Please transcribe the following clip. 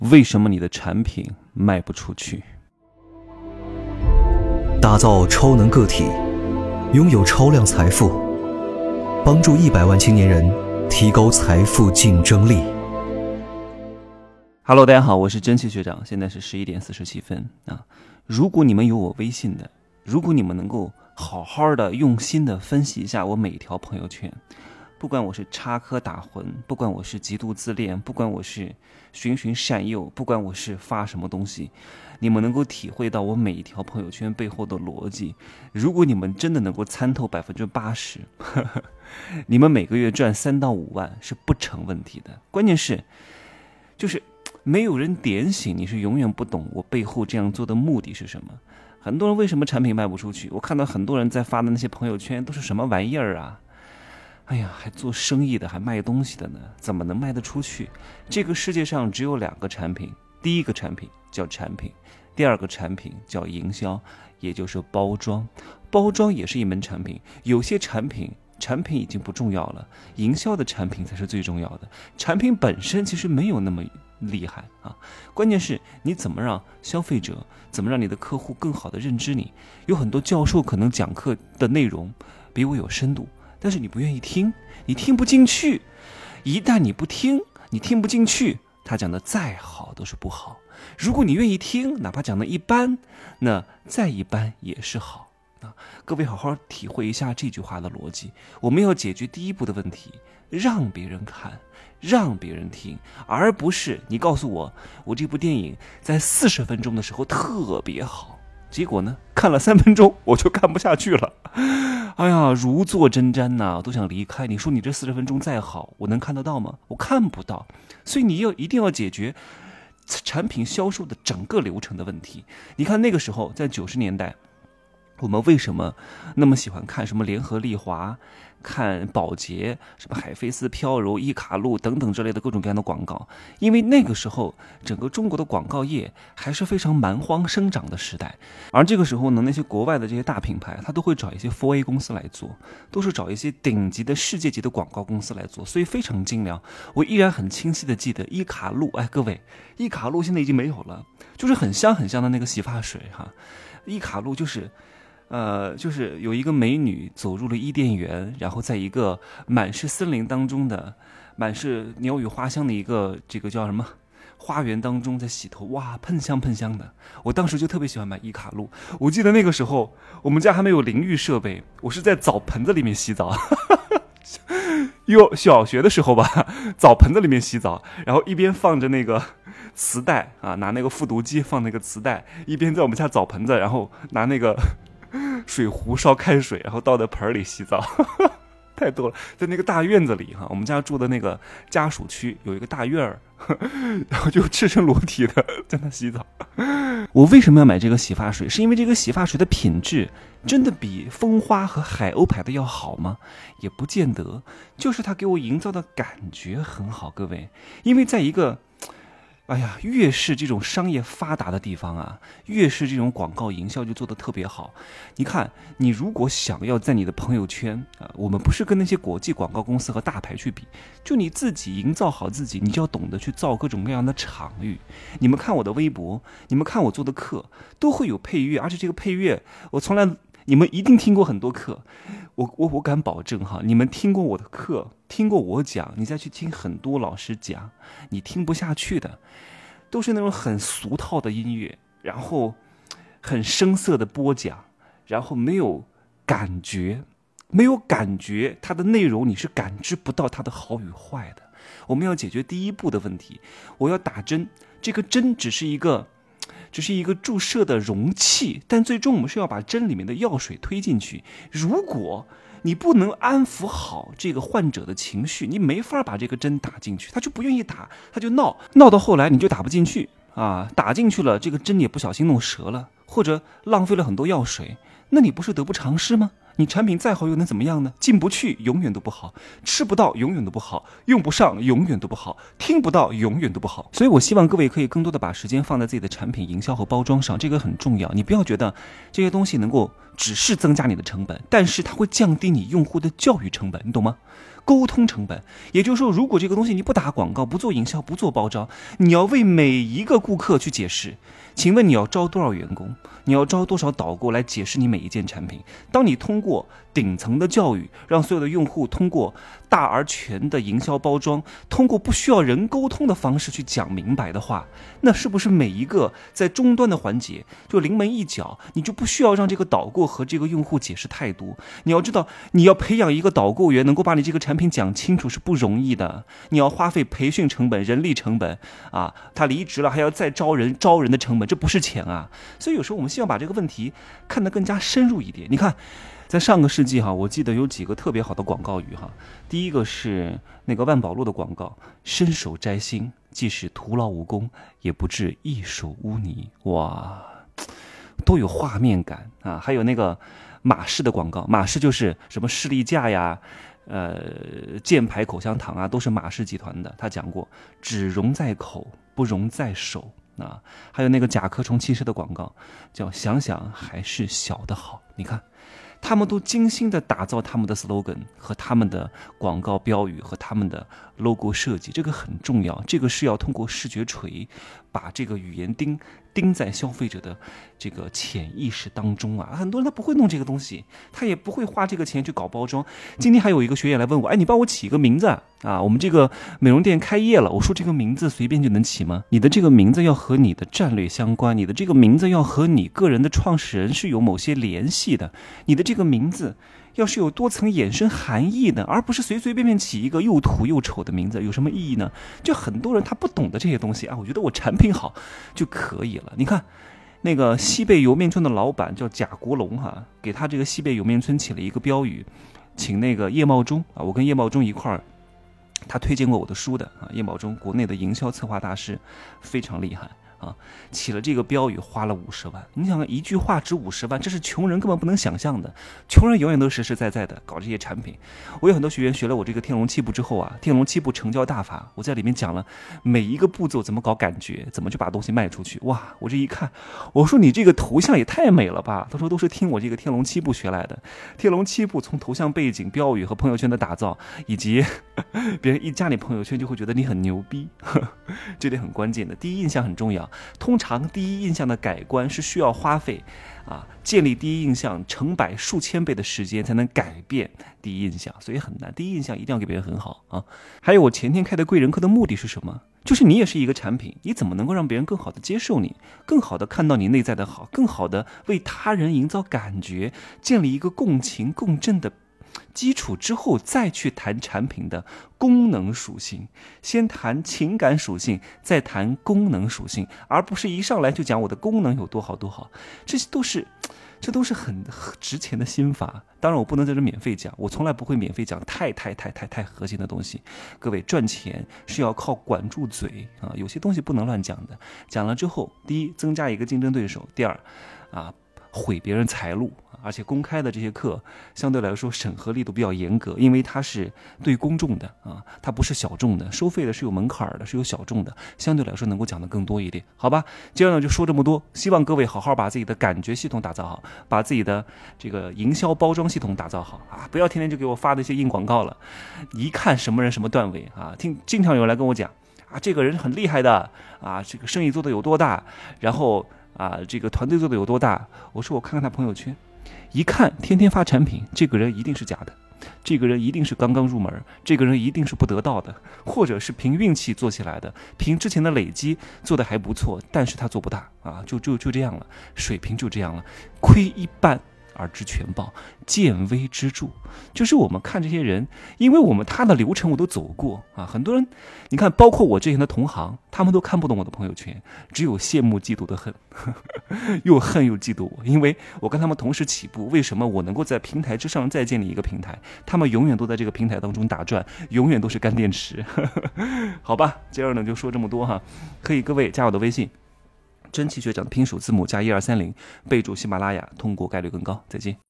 为什么你的产品卖不出去？ 打造超能个体，拥有超量财富，帮助100万青年人提高财富竞争力。 Hello， 大家好，我是真奇学长，现在是11点47分啊。如果你们有我微信的，如果你们能够好好的用心的分析一下我每条朋友圈，不管我是插科打诨，不管我是极度自恋，不管我是循循善诱，不管我是发什么东西，你们能够体会到我每一条朋友圈背后的逻辑。如果你们真的能够参透80%，你们每个月赚3到5万是不成问题的。关键是就是没有人点醒你，是永远不懂我背后这样做的目的是什么。很多人为什么产品卖不出去？我看到很多人在发的那些朋友圈都是什么玩意儿啊？哎呀，还做生意的，还卖东西的呢，怎么能卖得出去？这个世界上只有2个产品，第一个产品叫产品，第二个产品叫营销，也就是包装。包装也是一门产品，有些产品已经不重要了，营销的产品才是最重要的。产品本身其实没有那么厉害啊，关键是你怎么让消费者，怎么让你的客户更好的认知你。有很多教授可能讲课的内容比我有深度，但是你不愿意听，你听不进去。一旦你不听，你听不进去，他讲的再好都是不好。如果你愿意听，哪怕讲的一般，那再一般也是好。各位好好体会一下这句话的逻辑。我们要解决第一步的问题，让别人看，让别人听，而不是你告诉我这部电影在40分钟的时候特别好，结果呢看了3分钟我就看不下去了。哎呀，如坐针毡呐，都想离开。你说你这40分钟再好，我能看得到吗？我看不到。所以你一定要解决产品销售的整个流程的问题。你看那个时候在90年代，我们为什么那么喜欢看什么联合利华，看宝洁，什么海飞丝飘柔、伊卡露等等之类的各种各样的广告？因为那个时候整个中国的广告业还是非常蛮荒生长的时代，而这个时候呢，那些国外的这些大品牌，他都会找一些 4A 公司来做，都是找一些顶级的世界级的广告公司来做，所以非常精良。我依然很清晰的记得伊卡露，各位，伊卡露现在已经没有了，就是很香很香的那个洗发水哈。伊卡露就是有一个美女走入了伊甸园，然后在一个满是森林当中的、满是鸟语花香的一个这个叫什么花园当中在洗头，哇，喷香喷香的。我当时就特别喜欢买伊卡露。我记得那个时候我们家还没有淋浴设备，我是在澡盆子里面洗澡。小学的时候吧，澡盆子里面洗澡，然后一边放着那个磁带啊，拿那个复读机放那个磁带，一边在我们家澡盆子，然后拿那个水壶烧开水，然后倒在盆里洗澡。太多了。在那个大院子里哈，我们家住的那个家属区有一个大院儿，然后就赤身裸体的在那洗澡。我为什么要买这个洗发水？是因为这个洗发水的品质真的比蜂花和海鸥牌的要好吗？也不见得，就是它给我营造的感觉很好。各位，因为在一个越是这种商业发达的地方啊，越是这种广告营销就做得特别好。你看，你如果想要在你的朋友圈啊，我们不是跟那些国际广告公司和大牌去比，就你自己营造好自己，你就要懂得去造各种各样的场域。你们看我的微博，你们看我做的课，都会有配乐，而且这个配乐你们一定听过很多课，我敢保证哈，你们听过我的课，听过我讲，你再去听很多老师讲，你听不下去的，都是那种很俗套的音乐，然后很生涩的播讲，然后没有感觉，它的内容你是感知不到它的好与坏的。我们要解决第一步的问题，我要打针，这个针只是一个注射的容器，但最终我们是要把针里面的药水推进去。如果你不能安抚好这个患者的情绪，你没法把这个针打进去，他就不愿意打，他就闹到后来你就打不进去啊，打进去了这个针也不小心弄折了，或者浪费了很多药水，那你不是得不偿失吗？你产品再好又能怎么样呢？进不去永远都不好，吃不到永远都不好，用不上永远都不好，听不到永远都不好。所以我希望各位可以更多的把时间放在自己的产品营销和包装上，这个很重要。你不要觉得这些东西能够只是增加你的成本，但是它会降低你用户的教育成本，你懂吗？ 沟通成本。也就是说，如果这个东西你不打广告，不做营销，不做包装，你要为每一个顾客去解释，请问你要招多少员工？你要招多少导购来解释你每一件产品？当你通过顶层的教育，让所有的用户通过大而全的营销包装，通过不需要人沟通的方式去讲明白的话，那是不是每一个在终端的环节就临门一脚，你就不需要让这个导购和这个用户解释太多？你要知道，你要培养一个导购员能够把你这个产品讲清楚是不容易的，你要花费培训成本、人力成本啊，他离职了还要再招人的成本，这不是钱啊。所以有时候我们希望把这个问题看得更加深入一点。你看，在上个世纪哈，我记得有几个特别好的广告语哈。第一个是那个万宝路的广告，伸手摘星，即使徒劳无功，也不至一手污泥。哇，都有画面感啊。还有那个马氏的广告，马氏就是什么士力架呀，箭牌口香糖啊，都是马氏集团的。他讲过，只溶在口，不溶在手。啊，还有那个甲壳虫汽车的广告，叫想想还是小的好。你看，他们都精心的打造他们的 slogan 和他们的广告标语和他们的 logo 设计，这个很重要。这个是要通过视觉锤把这个语言钉在消费者的这个潜意识当中啊。很多人他不会弄这个东西，他也不会花这个钱去搞包装。今天还有一个学员来问我，你帮我起一个名字啊，我们这个美容店开业了。我说这个名字随便就能起吗？你的这个名字要和你的战略相关，你的这个名字要和你个人的创始人是有某些联系的，你的这个名字要是有多层衍生含义的，而不是随随便便起一个又土又丑的名字，有什么意义呢？就很多人他不懂得这些东西啊，我觉得我产品好就可以了。你看那个西贝莜面村的老板叫贾国龙哈，给他这个西贝莜面村起了一个标语，请那个叶茂中啊，我跟叶茂中一块儿，他推荐过我的书的啊，叶茂中国内的营销策划大师，非常厉害。啊，起了这个标语花了50万，你想一句话值50万，这是穷人根本不能想象的。穷人永远都实实在在的搞这些产品。我有很多学员学了我这个天龙七步之后啊，天龙七步成交大法，我在里面讲了每一个步骤怎么搞感觉，怎么去把东西卖出去。哇，我这一看，我说你这个头像也太美了吧？他说都是听我这个天龙七步学来的。天龙七步从头像背景、标语和朋友圈的打造，以及别人一加你朋友圈就会觉得你很牛逼，这点很关键的。第一印象很重要。通常第一印象的改观是需要花费建立第一印象成百数千倍的时间才能改变第一印象，所以很难。第一印象一定要给别人很好啊。还有我前天开的贵人课的目的是什么？就是你也是一个产品，你怎么能够让别人更好的接受你，更好的看到你内在的好，更好的为他人营造感觉，建立一个共情共振的基础之后，再去谈产品的功能属性。先谈情感属性，再谈功能属性，而不是一上来就讲我的功能有多好多好。这都是很值钱的心法。当然我不能在这免费讲，我从来不会免费讲太核心的东西。各位，赚钱是要靠管住嘴啊，有些东西不能乱讲的。讲了之后，第一，增加一个竞争对手；第二，毁别人财路。而且公开的这些课相对来说审核力度比较严格，因为它是对公众的啊，它不是小众的，收费的是有门槛的，是有小众的，相对来说能够讲得更多一点，好吧？今天呢就说这么多，希望各位好好把自己的感觉系统打造好，把自己的这个营销包装系统打造好啊，不要天天就给我发那些硬广告了，一看什么人什么段位啊，经常有人来跟我讲啊，这个人很厉害的啊，这个生意做得有多大，然后这个团队做得有多大，我说我看看他朋友圈。一看天天发产品，这个人一定是假的，这个人一定是刚刚入门，这个人一定是不得道的，或者是凭运气做起来的，凭之前的累积做得还不错，但是他做不大啊，就这样了，水平就这样了，亏一半而知全豹，见微知著。就是我们看这些人，因为他的流程我都走过啊，很多人你看，包括我之前的同行，他们都看不懂我的朋友圈，只有羡慕嫉妒的恨，又恨又嫉妒我，因为我跟他们同时起步，为什么我能够在平台之上再建立一个平台，他们永远都在这个平台当中打转，永远都是干电池。好吧，今儿呢就说这么多哈，可以各位加我的微信，真奇学长的拼数字母加1230，备注喜马拉雅，通过概率更高。再见。